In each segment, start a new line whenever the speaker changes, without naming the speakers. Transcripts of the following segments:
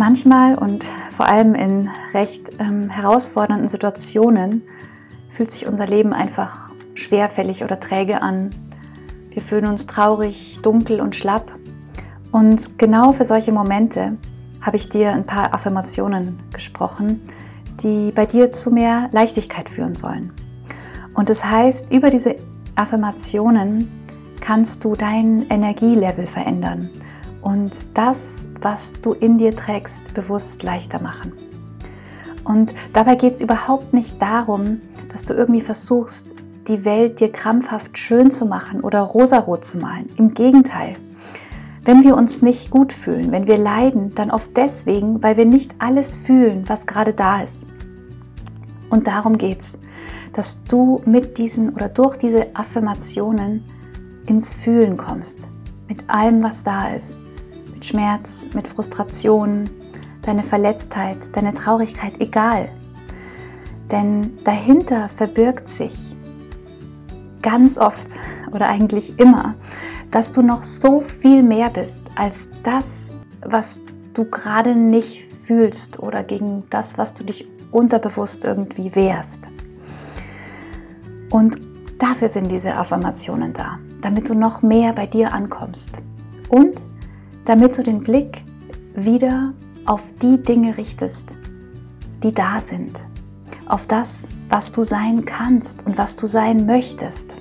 Manchmal und vor allem in recht herausfordernden Situationen fühlt sich unser Leben einfach schwerfällig oder träge an. Wir fühlen uns traurig, dunkel und schlapp. Und genau für solche Momente habe ich dir ein paar Affirmationen gesprochen, die bei dir zu mehr Leichtigkeit führen sollen. Und das heißt, über diese Affirmationen kannst du dein Energielevel verändern und das, was du in dir trägst, bewusst leichter machen. Und dabei geht es überhaupt nicht darum, dass du irgendwie versuchst, die Welt dir krampfhaft schön zu machen oder rosarot zu malen. Im Gegenteil. Wenn wir uns nicht gut fühlen, wenn wir leiden, dann oft deswegen, weil wir nicht alles fühlen, was gerade da ist. Und darum geht's, dass du mit diesen oder durch diese Affirmationen ins Fühlen kommst. Mit allem, was da ist. Mit Schmerz, mit Frustration, deine Verletztheit, deine Traurigkeit, egal. Denn dahinter verbirgt sich ganz oft oder eigentlich immer, dass du noch so viel mehr bist als das, was du gerade nicht fühlst oder gegen das, was du dich unterbewusst irgendwie wehrst. Und dafür sind diese Affirmationen da, damit du noch mehr bei dir ankommst und damit du den Blick wieder auf die Dinge richtest, die da sind, auf das, was du sein kannst und was du sein möchtest.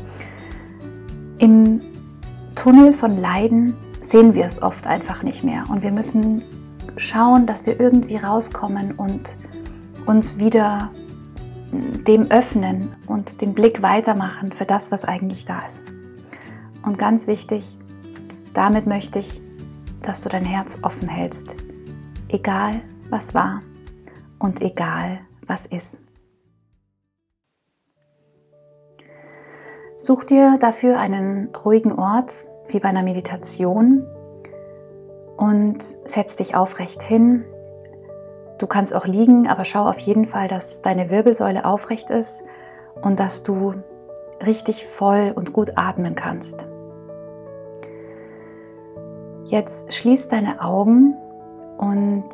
Im Tunnel von Leiden sehen wir es oft einfach nicht mehr und wir müssen schauen, dass wir irgendwie rauskommen und uns wieder dem öffnen und den Blick weitermachen für das, was eigentlich da ist. Und ganz wichtig, damit möchte ich, dass du dein Herz offen hältst, egal was war und egal was ist. Such dir dafür einen ruhigen Ort, wie bei einer Meditation, und setz dich aufrecht hin. Du kannst auch liegen, aber schau auf jeden Fall, dass deine Wirbelsäule aufrecht ist und dass du richtig voll und gut atmen kannst. Jetzt schließ deine Augen und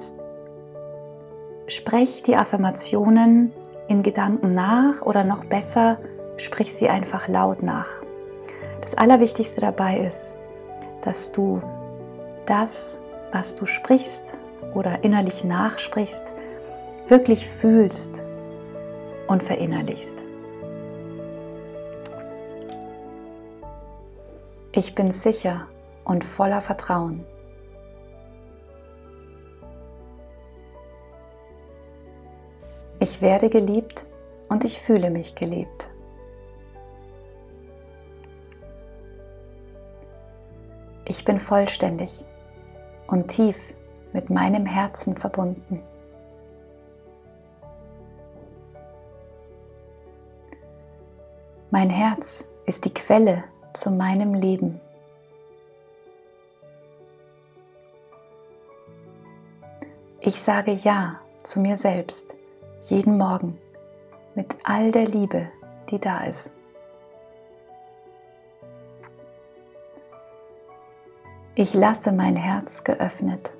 sprech die Affirmationen in Gedanken nach oder noch besser, sprich sie einfach laut nach. Das Allerwichtigste dabei ist, dass du das, was du sprichst oder innerlich nachsprichst, wirklich fühlst und verinnerlichst. Ich bin sicher und voller Vertrauen. Ich werde geliebt und ich fühle mich geliebt. Ich bin vollständig und tief mit meinem Herzen verbunden. Mein Herz ist die Quelle zu meinem Leben. Ich sage Ja zu mir selbst jeden Morgen mit all der Liebe, die da ist. Ich lasse mein Herz geöffnet.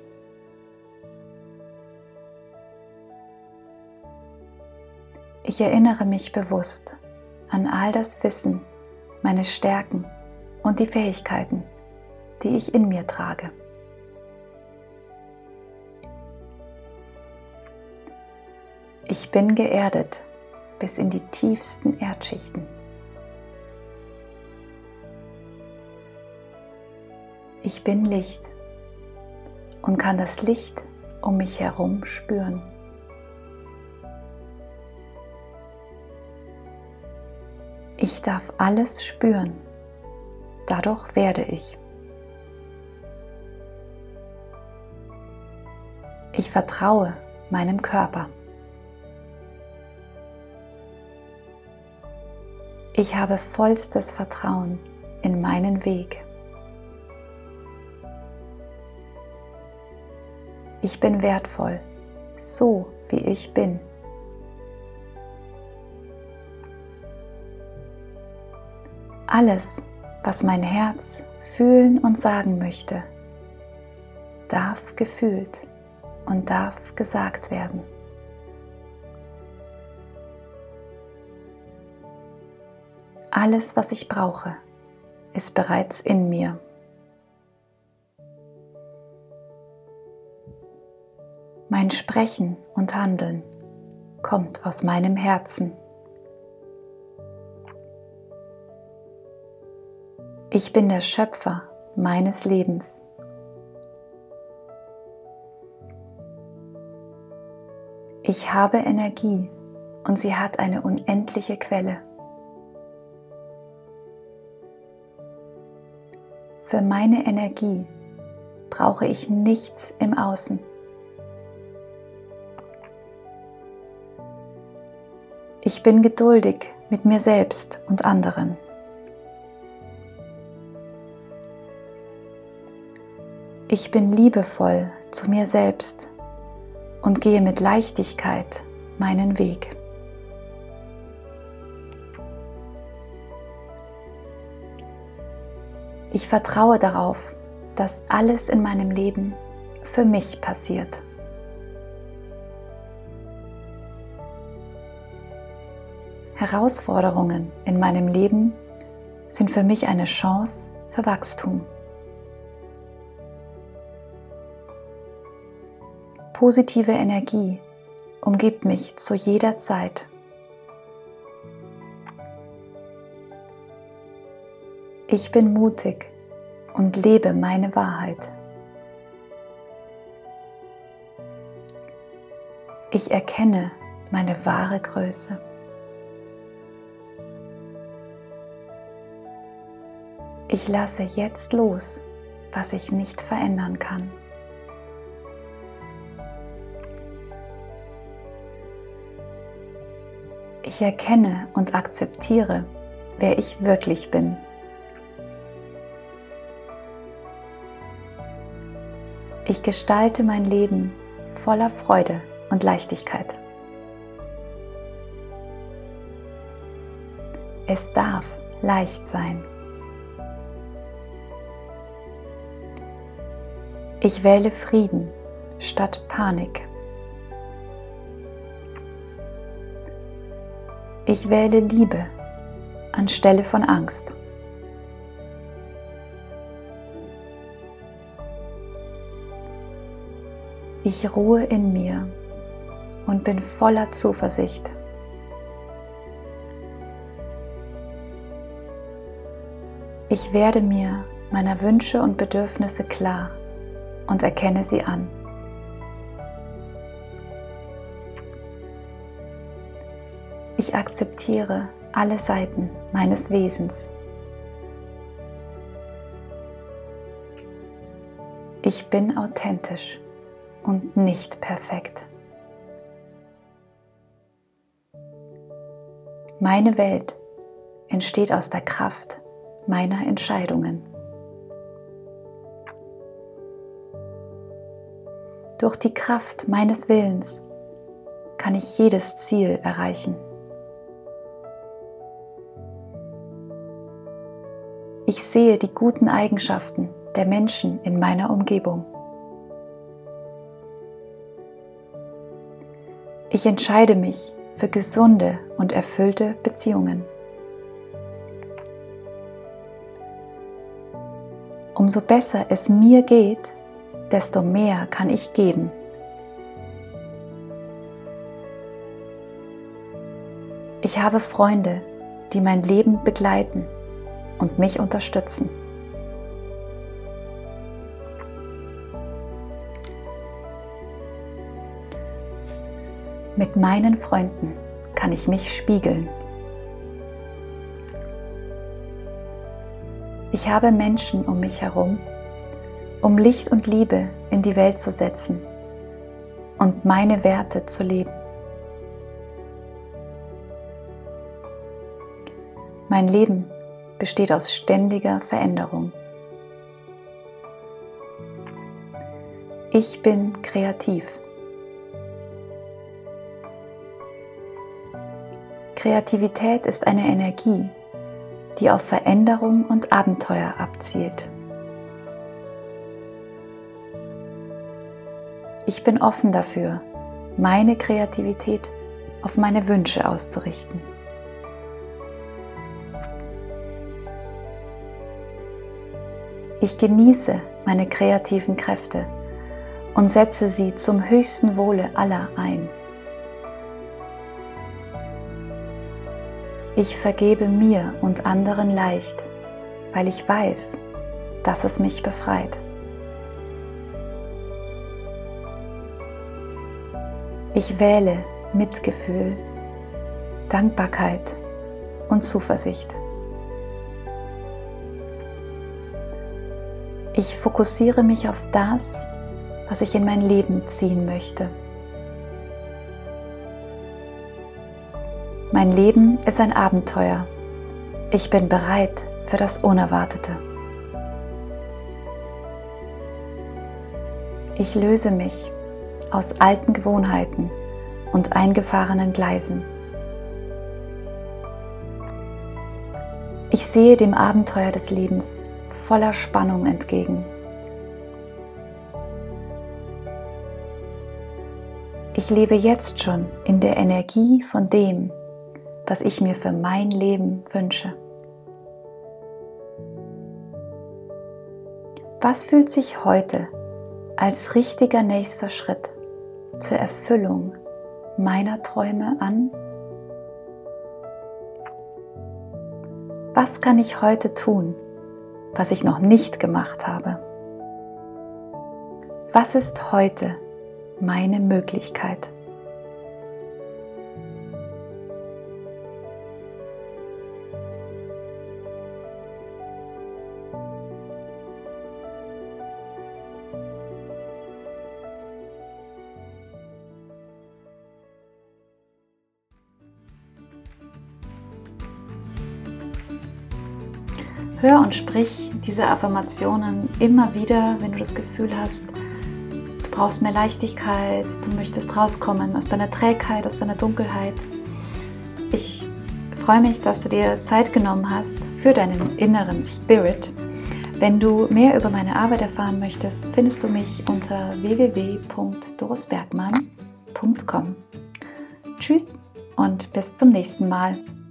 Ich erinnere mich bewusst an all das Wissen, meine Stärken und die Fähigkeiten, die ich in mir trage. Ich bin geerdet bis in die tiefsten Erdschichten. Ich bin Licht und kann das Licht um mich herum spüren. Ich darf alles spüren, dadurch werde ich. Ich vertraue meinem Körper. Ich habe vollstes Vertrauen in meinen Weg. Ich bin wertvoll, so wie ich bin. Alles, was mein Herz fühlen und sagen möchte, darf gefühlt und darf gesagt werden. Alles, was ich brauche, ist bereits in mir. Mein Sprechen und Handeln kommt aus meinem Herzen. Ich bin der Schöpfer meines Lebens. Ich habe Energie und sie hat eine unendliche Quelle. Für meine Energie brauche ich nichts im Außen. Ich bin geduldig mit mir selbst und anderen. Ich bin liebevoll zu mir selbst und gehe mit Leichtigkeit meinen Weg. Ich vertraue darauf, dass alles in meinem Leben für mich passiert. Herausforderungen in meinem Leben sind für mich eine Chance für Wachstum. Positive Energie umgibt mich zu jeder Zeit. Ich bin mutig und lebe meine Wahrheit. Ich erkenne meine wahre Größe. Ich lasse jetzt los, was ich nicht verändern kann. Ich erkenne und akzeptiere, wer ich wirklich bin. Ich gestalte mein Leben voller Freude und Leichtigkeit. Es darf leicht sein. Ich wähle Frieden statt Panik. Ich wähle Liebe anstelle von Angst. Ich ruhe in mir und bin voller Zuversicht. Ich werde mir meiner Wünsche und Bedürfnisse klar und erkenne sie an. Ich akzeptiere alle Seiten meines Wesens. Ich bin authentisch und nicht perfekt. Meine Welt entsteht aus der Kraft meiner Entscheidungen. Durch die Kraft meines Willens kann ich jedes Ziel erreichen. Ich sehe die guten Eigenschaften der Menschen in meiner Umgebung. Ich entscheide mich für gesunde und erfüllte Beziehungen. Umso besser es mir geht, desto mehr kann ich geben. Ich habe Freunde, die mein Leben begleiten und mich unterstützen. Mit meinen Freunden kann ich mich spiegeln. Ich habe Menschen um mich herum, um Licht und Liebe in die Welt zu setzen und meine Werte zu leben. Mein Leben besteht aus ständiger Veränderung. Ich bin kreativ. Kreativität ist eine Energie, die auf Veränderung und Abenteuer abzielt. Ich bin offen dafür, meine Kreativität auf meine Wünsche auszurichten. Ich genieße meine kreativen Kräfte und setze sie zum höchsten Wohle aller ein. Ich vergebe mir und anderen leicht, weil ich weiß, dass es mich befreit. Ich wähle Mitgefühl, Dankbarkeit und Zuversicht. Ich fokussiere mich auf das, was ich in mein Leben ziehen möchte. Mein Leben ist ein Abenteuer. Ich bin bereit für das Unerwartete. Ich löse mich aus alten Gewohnheiten und eingefahrenen Gleisen. Ich sehe dem Abenteuer des Lebens voller Spannung entgegen. Ich lebe jetzt schon in der Energie von dem, was ich mir für mein Leben wünsche. Was fühlt sich heute als richtiger nächster Schritt zur Erfüllung meiner Träume an? Was kann ich heute tun, was ich noch nicht gemacht habe? Was ist heute meine Möglichkeit? Hör und sprich diese Affirmationen immer wieder, wenn du das Gefühl hast, du brauchst mehr Leichtigkeit, du möchtest rauskommen aus deiner Trägheit, aus deiner Dunkelheit. Ich freue mich, dass du dir Zeit genommen hast für deinen inneren Spirit. Wenn du mehr über meine Arbeit erfahren möchtest, findest du mich unter www.dorosbergmann.com. Tschüss und bis zum nächsten Mal.